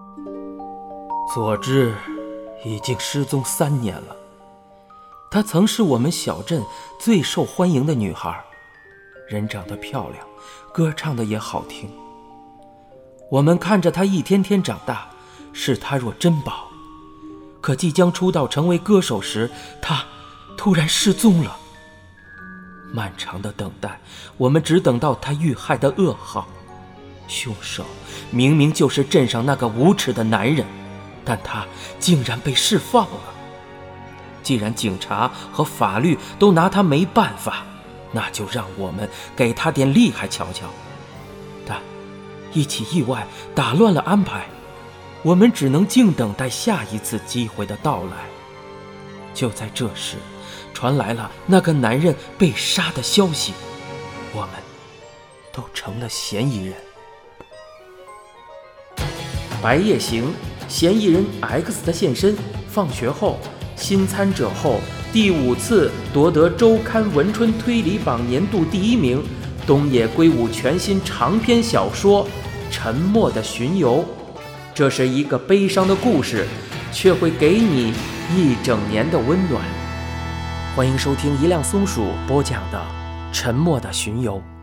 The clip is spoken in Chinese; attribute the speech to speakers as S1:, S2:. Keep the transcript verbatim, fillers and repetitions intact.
S1: 佐治已经失踪三年了，她曾是我们小镇最受欢迎的女孩，人长得漂亮，歌唱的也好听。我们看着她一天天长大，视她若珍宝。可即将出道成为歌手时，她突然失踪了。漫长的等待，我们只等到她遇害的噩耗。凶手明明就是镇上那个无耻的男人，但他竟然被释放了。既然警察和法律都拿他没办法，那就让我们给他点厉害瞧瞧。但一起意外打乱了安排，我们只能静等待下一次机会的到来。就在这时，传来了那个男人被杀的消息，我们都成了嫌疑人。白夜行，嫌疑人 X 的现身，放学后，新参者后第五次夺得周刊文春推理榜年度第一名，东野圭吾全新长篇小说《沉默的巡游》。这是一个悲伤的故事，却会给你一整年的温暖。欢迎收听一辆松鼠播讲的《沉默的巡游》。